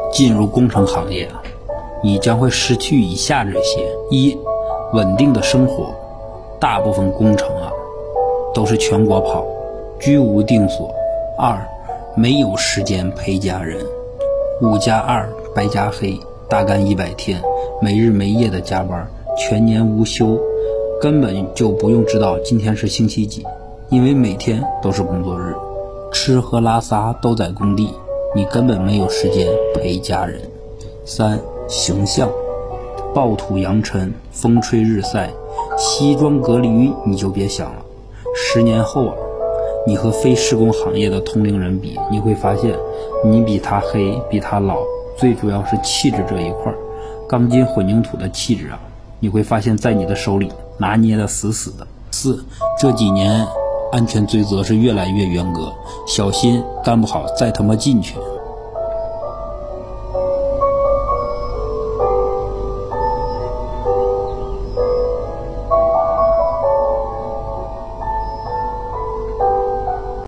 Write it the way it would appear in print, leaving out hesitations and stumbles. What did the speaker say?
进入工程行业啊，你将会失去以下这些：一、稳定的生活，大部分工程啊都是全国跑，居无定所；二、没有时间陪家人；5+2白加黑，大干100天，没日没夜的加班，全年无休，根本就不用知道今天是星期几，因为每天都是工作日，吃喝拉撒都在工地，你根本没有时间陪家人。三、形象，暴土扬尘，风吹日晒，西装革履你就别想了。10年后啊，你和非施工行业的同龄人比，你会发现你比他黑，比他老，最主要是气质这一块，钢筋混凝土的气质啊，你会发现在你的手里拿捏的死死的。四、这几年安全追责是越来越严格，小心干不好再他妈进去。